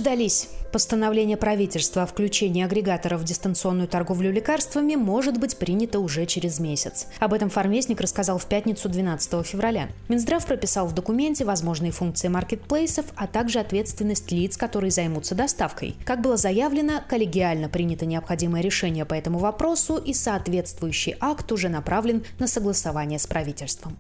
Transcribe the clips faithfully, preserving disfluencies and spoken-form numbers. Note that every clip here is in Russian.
дождались. Постановление правительства о включении агрегаторов в дистанционную торговлю лекарствами может быть принято уже через месяц. Об этом Фармвестник рассказал в пятницу двенадцатого февраля. Минздрав прописал в документе возможные функции маркетплейсов, а также ответственность лиц, которые займутся доставкой. Как было заявлено, коллегиально принято необходимое решение по этому вопросу, и соответствующий акт уже направлен на согласование с правительством.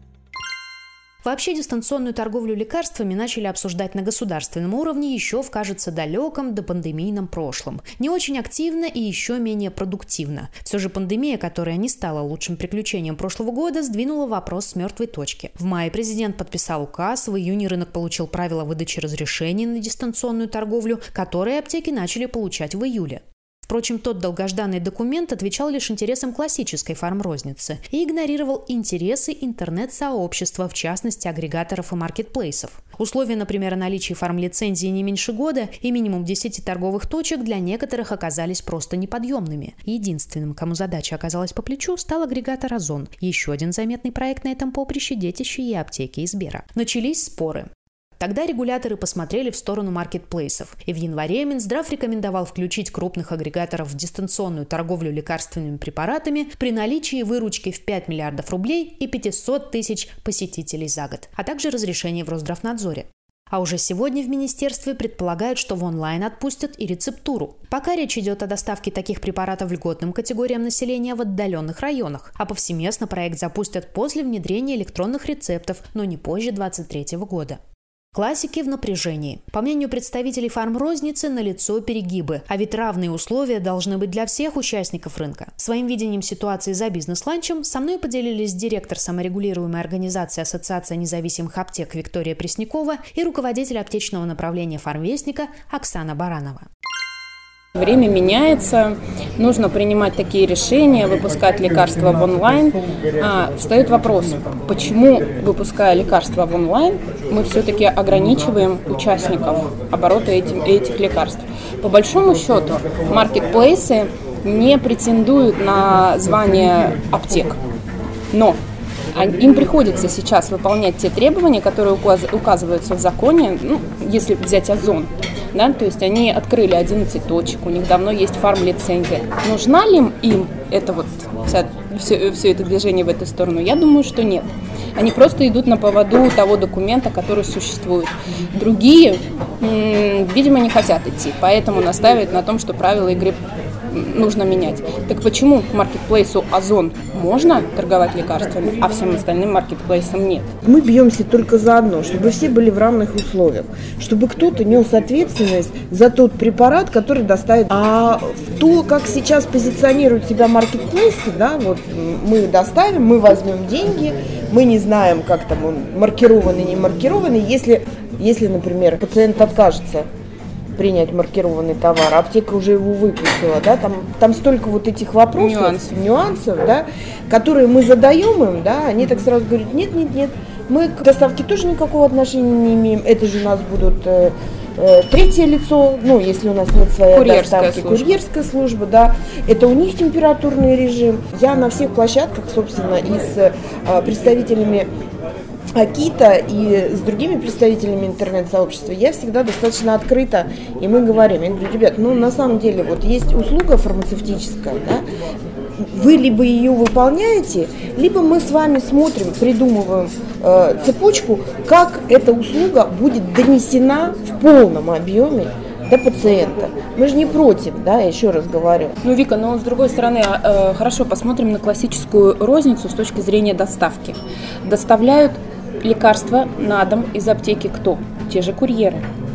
Вообще дистанционную торговлю лекарствами начали обсуждать на государственном уровне еще в, кажется, далеком допандемийном прошлом. Не очень активно и еще менее продуктивно. Все же пандемия, которая не стала лучшим приключением прошлого года, сдвинула вопрос с мертвой точки. В мае президент подписал указ, в июне рынок получил правила выдачи разрешений на дистанционную торговлю, которые аптеки начали получать в июле. Впрочем, тот долгожданный документ отвечал лишь интересам классической фармрозницы и игнорировал интересы интернет-сообщества, в частности, агрегаторов и маркетплейсов. Условия, например, о наличии фармлицензии не меньше года и минимум десяти торговых точек для некоторых оказались просто неподъемными. Единственным, кому задача оказалась по плечу, стал агрегатор Озон. Еще один заметный проект на этом поприще – детище и аптеки из Сбера. Начались споры. Тогда регуляторы посмотрели в сторону маркетплейсов, и в январе Минздрав рекомендовал включить крупных агрегаторов в дистанционную торговлю лекарственными препаратами при наличии выручки в пять миллиардов рублей и пятьсот тысяч посетителей за год, а также разрешение в Росздравнадзоре. А уже сегодня в министерстве предполагают, что в онлайн отпустят и рецептуру. Пока речь идет о доставке таких препаратов льготным категориям населения в отдаленных районах, а повсеместно проект запустят после внедрения электронных рецептов, но не позже две тысячи двадцать третьего года. Классики в напряжении. По мнению представителей фармрозницы, налицо перегибы, а ведь равные условия должны быть для всех участников рынка. Своим видением ситуации за бизнес-ланчем со мной поделились директор саморегулируемой организации Ассоциация независимых аптек Виктория Преснякова и руководитель аптечного направления Фармвестника Оксана Баранова. Время меняется, нужно принимать такие решения, выпускать лекарства в онлайн. А, встает вопрос, почему, выпуская лекарства в онлайн, мы все-таки ограничиваем участников оборота этим, этих лекарств. По большому счету, маркетплейсы не претендуют на звание аптек, но им приходится сейчас выполнять те требования, которые указываются в законе, ну, если взять Озон. Да, то есть они открыли одиннадцать точек, у них давно есть фармлицензия. Нужна ли им это вот, вся, все, все это движение в эту сторону? Я думаю, что нет. Они просто идут на поводу того документа, который существует. Другие, м- видимо, не хотят идти, поэтому настаивают на том, что правила игры нужно менять. Так почему маркетплейсу Озон можно торговать лекарствами, а всем остальным маркетплейсам нет? Мы бьемся только за одно, чтобы все были в равных условиях, чтобы кто-то нес ответственность за тот препарат, который доставит. А в то, как сейчас позиционируют себя маркетплейсы, да, вот мы доставим, мы возьмем деньги, мы не знаем, как там он маркированный, не маркированный. Если, если, например, пациент откажется принять маркированный товар, аптека уже его выпустила, да, там, там столько вот этих вопросов, нюансов, нюансов, да, которые мы задаем им, да, они так сразу говорят, нет, нет, нет, мы к доставке тоже никакого отношения не имеем, это же у нас будут э, э, третье лицо, ну, если у нас нет своей курьерская доставки, служба. курьерская служба, да, это у них температурный режим. Я на всех площадках, собственно, и с э, представителями Акита и с другими представителями интернет-сообщества я всегда достаточно открыта, и мы говорим, я говорю, ребят, ну на самом деле вот есть услуга фармацевтическая, да, вы либо ее выполняете, либо мы с вами смотрим, придумываем э, цепочку, как эта услуга будет донесена в полном объеме до пациента. Мы же не против, да, еще раз говорю. Ну, Вика, но с другой стороны, э, хорошо, посмотрим на классическую розницу с точки зрения доставки. Доставляют лекарства на дом из аптеки кто? Те же курьеры.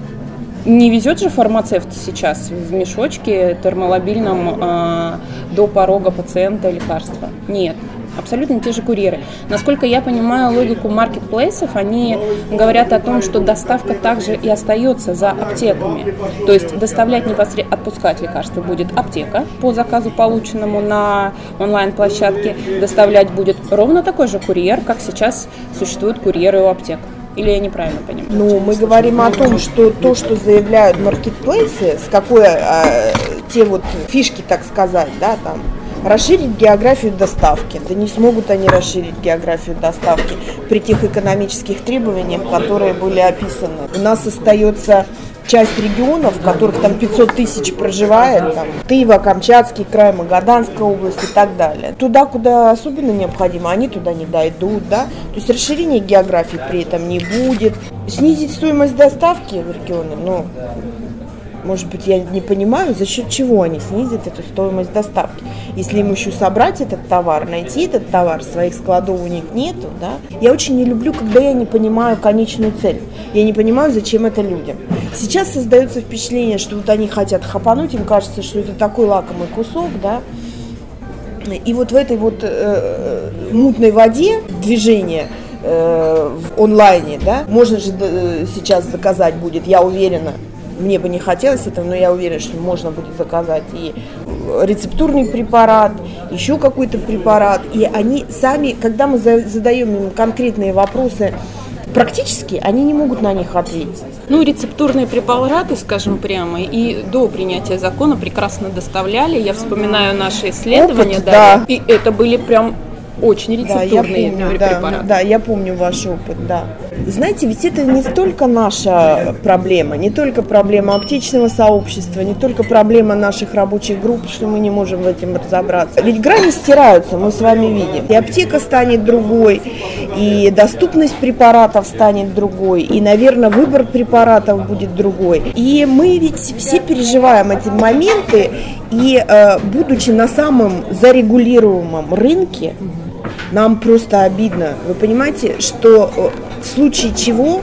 Не везет же фармацевт сейчас в мешочке термолобильном э, до порога пациента лекарства? Нет. Абсолютно те же курьеры. Насколько я понимаю логику маркетплейсов, они говорят о том, что доставка также и остается за аптеками. То есть доставлять непосредственно, отпускать лекарства будет аптека по заказу, полученному на онлайн-площадке. Доставлять будет ровно такой же курьер, как сейчас существуют курьеры у аптек. Или я неправильно понимаю? Ну, мы говорим о том, что то, что заявляют маркетплейсы, с какой э, те вот фишки, так сказать, да, там, расширить географию доставки. Да не смогут они расширить географию доставки при тех экономических требованиях, которые были описаны. У нас остается часть регионов, в которых там пятьсот тысяч проживает, там, Тыва, Камчатский край, Магаданская область и так далее. Туда, куда особенно необходимо, они туда не дойдут, да. То есть расширения географии при этом не будет. Снизить стоимость доставки в регионы, ну, может быть, я не понимаю, за счет чего они снизят эту стоимость доставки. Если им еще собрать этот товар, найти этот товар, своих складов у них нету, да. Я очень не люблю, когда я не понимаю конечную цель. Я не понимаю, зачем это людям. Сейчас создается впечатление, что вот они хотят хапануть, им кажется, что это такой лакомый кусок, да. И вот в этой вот э, мутной воде движения э, в онлайне, да, можно же э, сейчас заказать будет, я уверена, мне бы не хотелось этого, но я уверена, что можно будет заказать и рецептурный препарат, еще какой-то препарат. И они сами, когда мы задаем им конкретные вопросы, практически они не могут на них ответить. Ну, рецептурные препараты, скажем прямо, и до принятия закона прекрасно доставляли. Я вспоминаю наши исследования, опыт, да, да. И это были прям очень рецептурные да, я помню, препараты. Да, да, я помню ваш опыт, да. Знаете, ведь это не только наша проблема, не только проблема аптечного сообщества, не только проблема наших рабочих групп, что мы не можем в этом разобраться. Ведь грани стираются, мы с вами видим. И аптека станет другой, и доступность препаратов станет другой, и, наверное, выбор препаратов будет другой. И мы ведь все переживаем эти моменты, и, будучи на самом зарегулируемом рынке, нам просто обидно. Вы понимаете, что в случае чего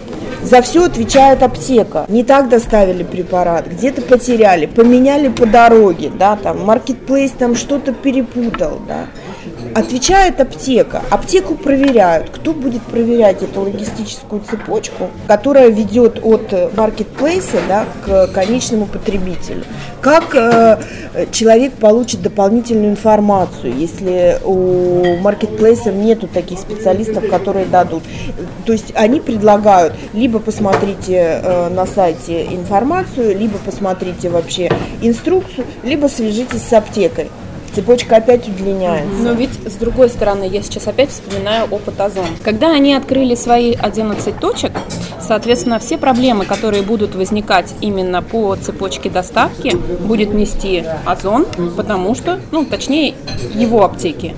за все отвечает аптека. Не так доставили препарат, где-то потеряли, поменяли по дороге, да, там, маркетплейс там что-то перепутал, да. Отвечает аптека. Аптеку проверяют. Кто будет проверять эту логистическую цепочку, которая ведет от маркетплейса, да, к конечному потребителю? Как э, человек получит дополнительную информацию, если у маркетплейсов нету таких специалистов, которые дадут? То есть они предлагают: либо посмотрите э, на сайте информацию, либо посмотрите вообще инструкцию, либо свяжитесь с аптекой. Цепочка опять удлиняется. Но ведь, с другой стороны, я сейчас опять вспоминаю опыт Озон. Когда они открыли свои одиннадцать точек, соответственно, все проблемы, которые будут возникать именно по цепочке доставки, будет нести Озон, потому что, ну, точнее, его аптеки,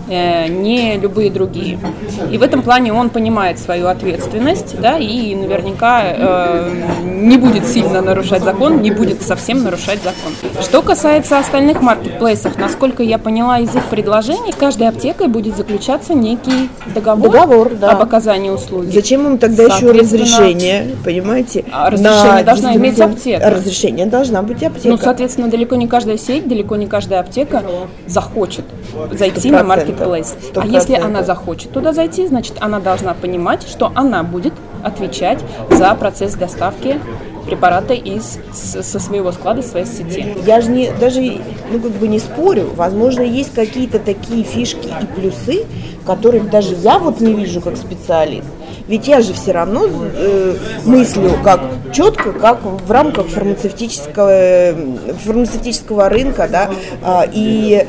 э, не любые другие. И в этом плане он понимает свою ответственность, да, и наверняка э, не будет сильно нарушать закон, не будет совсем нарушать закон. Что касается остальных маркетплейсов, насколько я поняла из их предложений, с каждой аптекой будет заключаться некий договор, договор да. об оказании услуги. Зачем им тогда еще разрешение, понимаете? А разрешение должна дистрибуцию... иметь аптека. Разрешение должна быть аптека. Ну, соответственно, далеко не каждая сеть, далеко не каждая аптека захочет зайти сто процентов, на маркетплейс. сто процентов. А если она захочет туда зайти, значит, она должна понимать, что она будет отвечать за процесс доставки препарата из, со своего склада, своей сети. Я же не, даже ну, как бы не спорю, возможно, есть какие-то такие фишки и плюсы, которых даже я вот не вижу как специалист. Ведь я же все равно э, мыслю как четко, как в рамках фармацевтического, фармацевтического рынка, да, э, и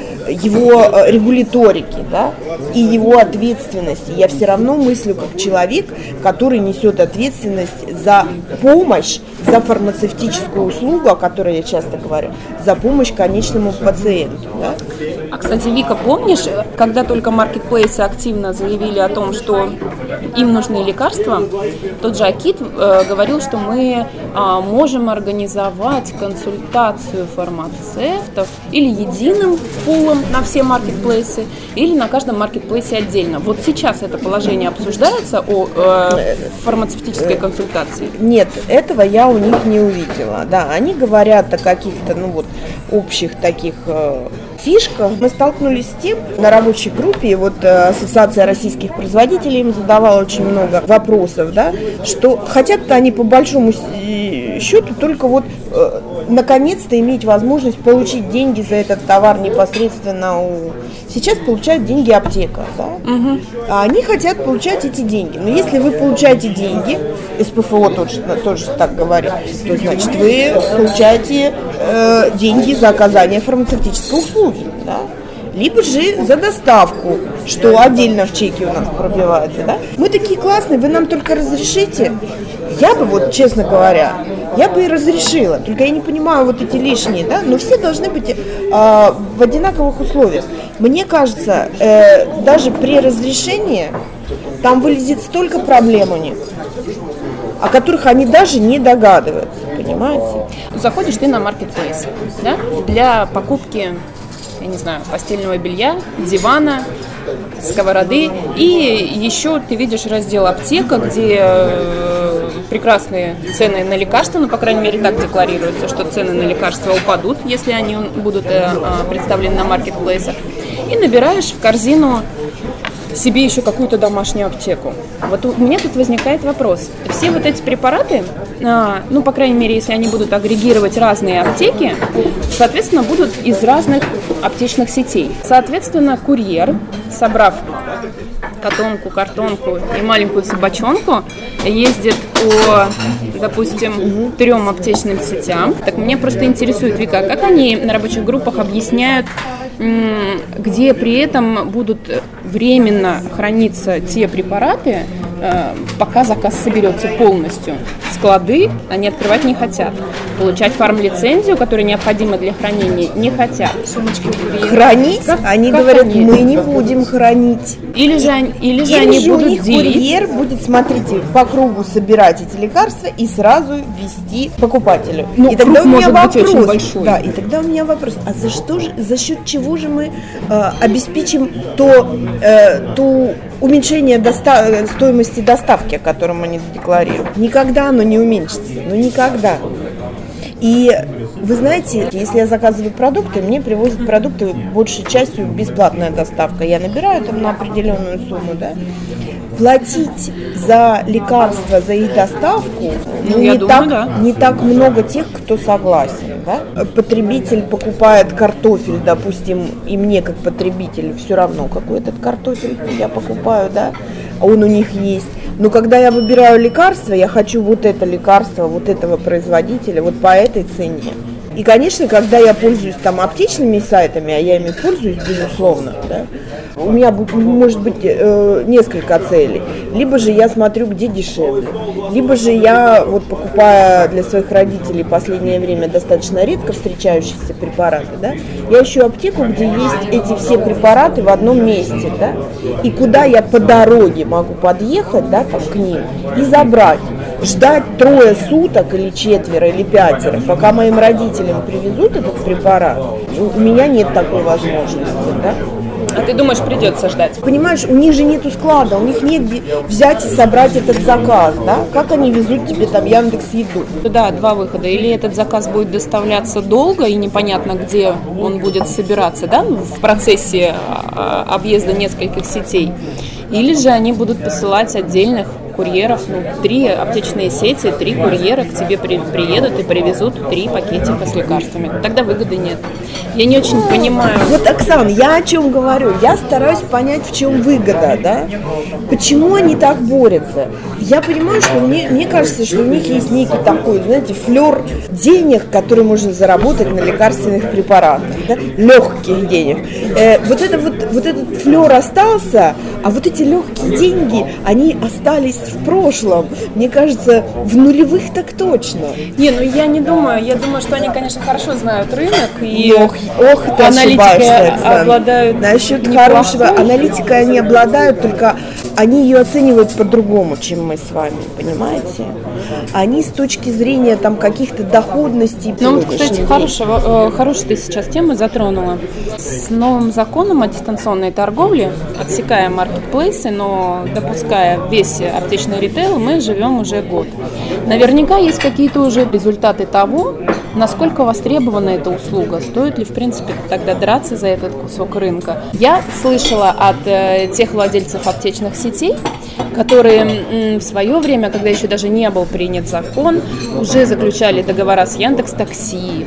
его регуляторики, да, и его ответственности. Я все равно мыслю как человек, который несет ответственность за помощь, за фармацевтическую услугу, о которой я часто говорю, за помощь конечному пациенту. Да? А, кстати, Вика, помнишь, когда только маркетплейсы активно заявили о том, что им нужны лекарства, тот же Акит э, говорил, что мы э, можем организовать консультацию фармацевтов или единым пулом на все маркетплейсы, или на каждом маркетплейсе отдельно. Вот сейчас это положение обсуждается о э, фармацевтической консультации? Нет, этого я у них не увидела. Да, они говорят о каких-то, ну вот, общих таких э, фишках. Мы столкнулись с тем на рабочей группе, вот э, Ассоциация российских производителей им задавала очень много вопросов, да, что хотят-то они по большому счету только вот э, наконец-то иметь возможность получить деньги за этот товар непосредственно у... Сейчас получает деньги аптека, да? Угу. А они хотят получать эти деньги. Но если вы получаете деньги, СПФО тоже, тоже так говорит, то значит вы получаете э, деньги за оказание фармацевтической услуги, да? либо же за доставку, что отдельно в чеке у нас пробивается, да. Мы такие классные, вы нам только разрешите. Я бы, вот, честно говоря, я бы и разрешила, только я не понимаю вот эти лишние, да, но все должны быть э, в одинаковых условиях. Мне кажется, э, даже при разрешении там вылезет столько проблем у них, о которых они даже не догадываются, понимаете? Заходишь ты на Marketplace, да, для покупки, я не знаю, постельного белья, дивана, сковороды, и еще ты видишь раздел аптека, где э, прекрасные цены на лекарства, ну, по крайней мере, так декларируется, что цены на лекарства упадут, если они будут э, представлены на маркетплейсах, и набираешь в корзину себе еще какую-то домашнюю аптеку. Вот у меня тут возникает вопрос. Все вот эти препараты, а, ну, по крайней мере, если они будут агрегировать разные аптеки, соответственно, будут из разных аптечных сетей. Соответственно, курьер, собрав котомку, картонку и маленькую собачонку, ездит по, допустим, трем аптечным сетям. Так меня просто интересует, Вика, как они на рабочих группах объясняют, где при этом будут временно храниться те препараты, пока заказ соберется полностью. Склады они открывать не хотят. Получать фармлицензию, которая необходима для хранения, не хотят. Сумочки у курьера. Хранить? Как, они как говорят, они? Мы не будем хранить. Или же, они, или же или они же будут у них делить. Курьер будет, смотрите, по кругу собирать эти лекарства и сразу везти покупателю. Ну, и тогда у меня может вопрос, быть очень большой. Да, и тогда у меня вопрос, а за что же, за счет чего же мы э, обеспечим то, э, ту уменьшение доста- стоимости доставки, о котором они декларируют? Никогда оно не уменьшится, ну никогда. И вы знаете, если я заказываю продукты, мне привозят продукты большей частью бесплатная доставка. Я набираю там на определенную сумму, да. Платить за лекарства, за их доставку, ну, ну, не, думаю, так, да. не так много тех, кто согласен. Да? Потребитель покупает картофель, допустим, и мне как потребителю все равно, какой этот картофель я покупаю, да, а он у них есть. Но когда я выбираю лекарство, я хочу вот это лекарство, вот этого производителя, вот по этой цене. И, конечно, когда я пользуюсь там аптечными сайтами, а я ими пользуюсь, безусловно, да, у меня может быть э, несколько целей. Либо же я смотрю, где дешевле, либо же я, вот покупая для своих родителей в последнее время достаточно редко встречающиеся препараты, да, я ищу аптеку, где есть эти все препараты в одном месте, да, и куда я по дороге могу подъехать, да, там, к ним и забрать. Ждать трое суток или четверо, или пятеро, пока моим родителям привезут этот препарат, у меня нет такой возможности, да? А ты думаешь, придется ждать? Понимаешь, у них же нету склада, у них негде взять и собрать этот заказ, да? Как они везут тебе там Яндекс.Еду? Да, два выхода. Или этот заказ будет доставляться долго и непонятно, где он будет собираться, да, в процессе объезда нескольких сетей. Или же они будут посылать отдельных курьеров, ну, три аптечные сети, три курьера к тебе при, приедут и привезут три пакетика с лекарствами. Тогда выгоды нет. Я не очень понимаю. Вот, Оксана, я о чем говорю? Я стараюсь понять, в чем выгода, да? Почему они так борются? Я понимаю, что мне, мне кажется, что у них есть некий такой, знаете, флер денег, которые можно заработать на лекарственных препаратах, да? Легких денег. Э, вот, это вот, вот этот флер остался, а вот эти легкие деньги, они остались в прошлом. Мне кажется, в нулевых так точно. Не, ну я не думаю. Я думаю, что они, конечно, хорошо знают рынок и ох, ох, ты аналитикой обладают. Насчет неплохой. Хорошего аналитикой они обладают, только они ее оценивают по-другому, чем мы с вами, понимаете? Они с точки зрения там каких-то доходностей. Ну вот, кстати, хорошего, хорошую ты сейчас тему затронула. С новым законом о дистанционной торговле, отсекая маркетплейсы, но допуская весь аптечный ритейл, мы живем уже год. Наверняка есть какие-то уже результаты того, насколько востребована эта услуга, стоит ли, в принципе, тогда драться за этот кусок рынка. Я слышала от э, тех владельцев аптечных сетей, которые м, в свое время, когда еще даже не был принят закон, уже заключали договора с Яндекс.Такси,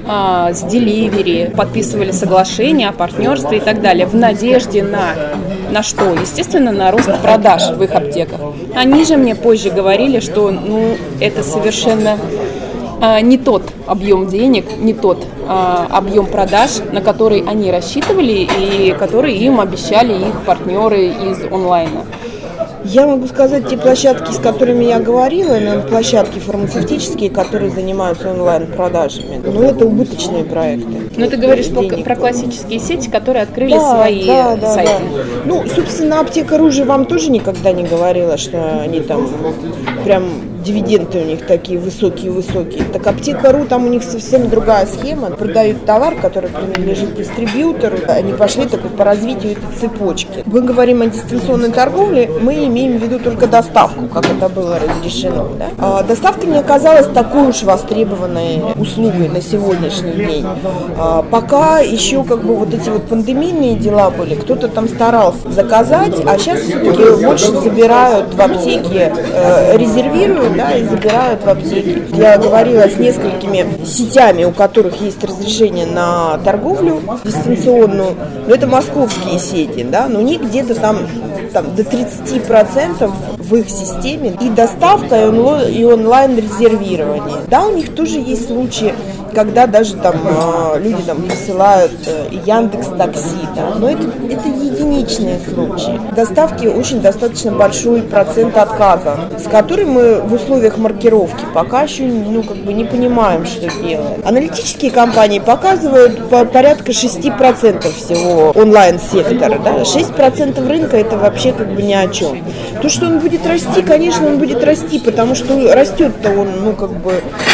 э, с Деливери, подписывали соглашения о партнерстве и так далее, в надежде на, на что? Естественно, на рост продаж в их аптеках. Они же мне позже говорили, что ну, это совершенно а, не тот объем денег, не тот а, объем продаж, на который они рассчитывали и который им обещали их партнеры из онлайна. Я могу сказать, те площадки, с которыми я говорила, именно площадки фармацевтические, которые занимаются онлайн-продажами, ну, это убыточные проекты. Но ты говоришь по, про классические сети, которые открыли да, свои да, да, сайты. Да. Ну, собственно, Аптека.ру же вам тоже никогда не говорила, что они там прям дивиденды у них такие высокие-высокие. Так Аптека.ру, там у них совсем другая схема. Продают товар, который принадлежит дистрибьютору. Они пошли такой по развитию этой цепочки. Мы говорим о дистанционной торговле, мы имеем в виду только доставку, как это было разрешено. Да? А доставка не оказалась такой уж востребованной услугой на сегодняшний день. А пока еще как бы вот эти вот пандемийные дела были, кто-то там старался заказать, а сейчас все-таки больше забирают в аптеке, э, резервируют, да, и забирают в аптеке. Я говорила с несколькими сетями, у которых есть разрешение на торговлю дистанционную, но это московские сети, да, но у них где-то там, там до тридцать процентов в их системе и доставка, и онлайн резервирование. Да, у них тоже есть случаи, когда даже там люди там присылают Яндекс.Такси, да, но это, это единичные случаи. Доставки очень достаточно большой процент отказа, с которым мы в условиях маркировки пока еще ну, как бы не понимаем, что делать. Аналитические компании показывают по порядка шесть процентов всего онлайн-сектора. Да? шесть процентов рынка это вообще как бы ни о чем. То, что он будет расти, конечно, он будет расти, потому что растет-то он ну, как бы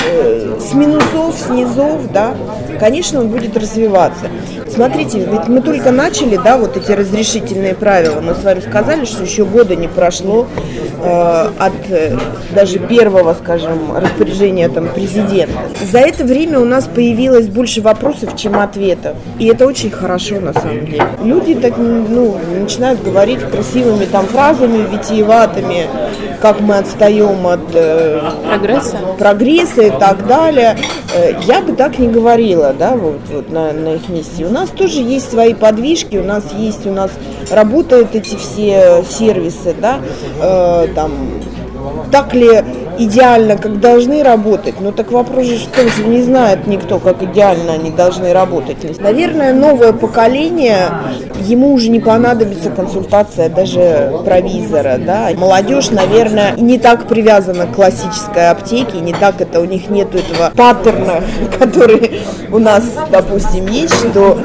э, с минусов, с низов, да, конечно, он будет развиваться. Смотрите, ведь мы только начали, да, вот эти разрешительные правила. Мы с вами сказали, что еще года не прошло э, от э, даже первого, скажем, распоряжения там президента. За это время у нас появилось больше вопросов, чем ответов. И это очень хорошо на самом деле. Люди так, ну, начинают говорить красивыми там фразами, витиеватыми, как мы отстаем от э, прогресса. прогресса и так далее. Э, я бы так не говорила, да, вот, вот на, на их месте. У нас тоже есть свои подвижки, у нас есть, у нас работают эти все сервисы, да, э, там, так ли идеально, как должны работать, но так вопрос же в том, что не знает никто, как идеально они должны работать. Наверное, новое поколение, ему уже не понадобится консультация даже провизора, да. Молодежь, наверное, не так привязана к классической аптеке, не так это, у них нету этого паттерна, который у нас, допустим, есть, что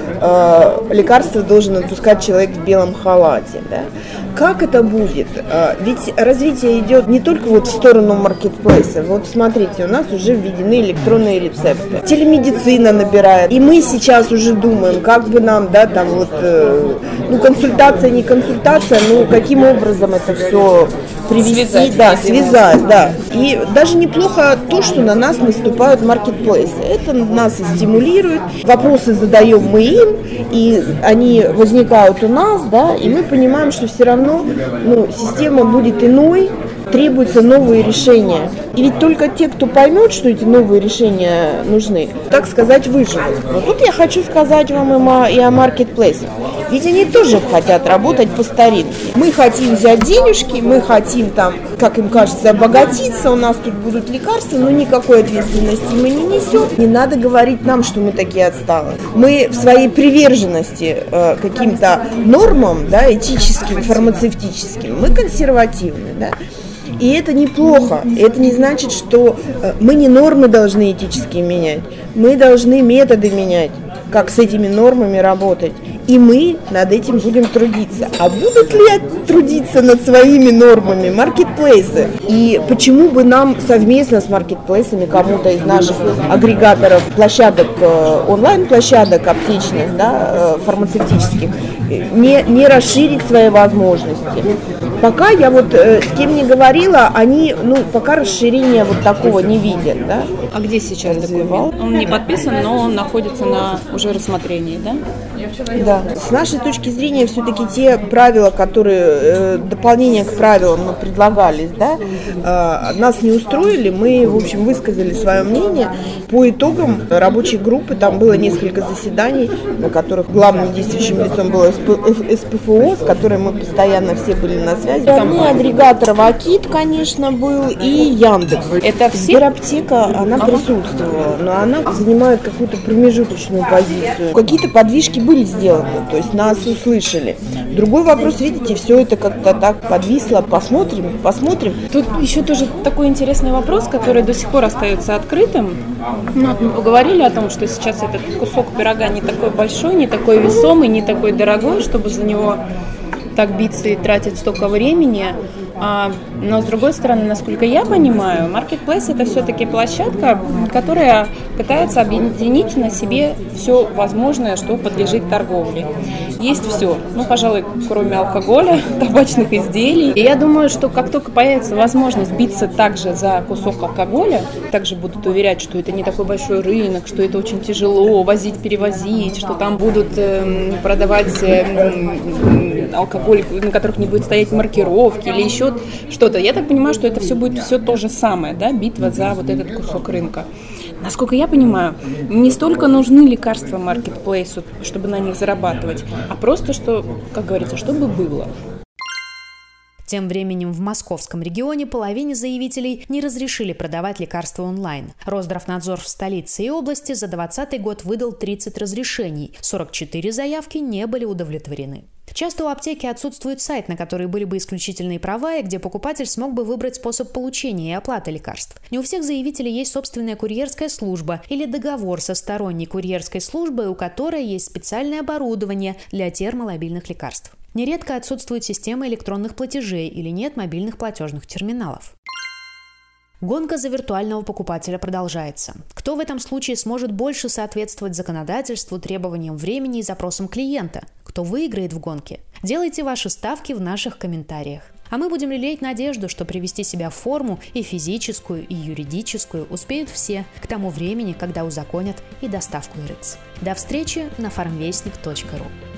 э, лекарство должен отпускать человек в белом халате, да. Как это будет? Ведь развитие идет не только вот в сторону маркетплейса. Вот смотрите, у нас уже введены электронные рецепты. Телемедицина набирает. И мы сейчас уже думаем, как бы нам, да, там вот, ну, консультация, не консультация, ну, каким образом это все привести, связать, да, связать, да. И даже неплохо то, что на нас наступают маркетплейсы. Это нас и стимулирует. Вопросы задаем мы им, и они возникают у нас, да, и мы понимаем, что все равно ну, система будет иной, требуются новые решения. И ведь только те, кто поймет, что эти новые решения нужны, так сказать, выживут. Но тут я хочу сказать вам и о маркетплейсах. Ведь они тоже хотят работать по старинке. Мы хотим взять денежки, мы хотим там, как им кажется, обогатиться, у нас тут будут лекарства, но никакой ответственности мы не несем. Не надо говорить нам, что мы такие отсталые. Мы в своей приверженности э, каким-то нормам, да, этическим, фармацевтическим, мы консервативны, да. И это неплохо. Это не значит, что мы не нормы должны этические менять. Мы должны методы менять, как с этими нормами работать. И мы над этим будем трудиться. А будут ли трудиться над своими нормами маркетплейсы? И почему бы нам совместно с маркетплейсами, кому-то из наших агрегаторов площадок, онлайн-площадок аптечных, да, фармацевтических, не, не расширить свои возможности? Пока я вот э, с кем не говорила, они, ну, пока расширения вот такого не видят, да. А где сейчас документ? Он не подписан, но он находится на уже рассмотрении, да? Да. С нашей точки зрения, все-таки те правила, которые, э, дополнения к правилам ну, предлагались, да, э, нас не устроили, мы, в общем, высказали свое мнение. По итогам рабочей группы, там было несколько заседаний, на которых главным действующим лицом было эс пэ эф о, с которой мы постоянно все были на связи. Там агрегаторов Акит, конечно, был, и Яндекс. Это все? Сбераптека, она ага. присутствовала, но она занимает какую-то промежуточную позицию. Какие-то подвижки были сделаны, то есть нас услышали. Другой вопрос, видите, все это как-то так подвисло. Посмотрим, посмотрим. Тут еще тоже такой интересный вопрос, который до сих пор остается открытым. Мы поговорили о том, что сейчас этот кусок пирога не такой большой, не такой весомый, не такой дорогой, чтобы за него так биться и тратить столько времени. А, но с другой стороны, насколько я понимаю, Marketplace — это все-таки площадка, которая пытается объединить на себе все возможное, что подлежит торговле. Есть все, ну, пожалуй, кроме алкоголя, табачных изделий. И я думаю, что как только появится возможность биться также за кусок алкоголя, также будут уверять, что это не такой большой рынок, что это очень тяжело возить, перевозить, что там будут э, продавать э, алкоголь, на которых не будет стоять маркировки или еще что-то. Я так понимаю, что это все будет все то же самое, да, битва за вот этот кусок рынка. Насколько я понимаю, не столько нужны лекарства маркетплейсу, чтобы на них зарабатывать, а просто, что, как говорится, чтобы было. Тем временем в московском регионе половине заявителей не разрешили продавать лекарства онлайн. Росздравнадзор в столице и области за двадцатый год выдал тридцать разрешений, сорок четыре заявки не были удовлетворены. Часто у аптеки отсутствует сайт, на который были бы исключительные права и где покупатель смог бы выбрать способ получения и оплаты лекарств. Не у всех заявителей есть собственная курьерская служба или договор со сторонней курьерской службой, у которой есть специальное оборудование для термолобильных лекарств. Нередко отсутствует система электронных платежей или нет мобильных платежных терминалов. Гонка за виртуального покупателя продолжается. Кто в этом случае сможет больше соответствовать законодательству, требованиям времени и запросам клиента? Кто выиграет в гонке? Делайте ваши ставки в наших комментариях. А мы будем лелеять надежду, что привести себя в форму и физическую, и юридическую успеют все к тому времени, когда узаконят и доставку ИРЭЦ. До встречи на фармвестник точка ру.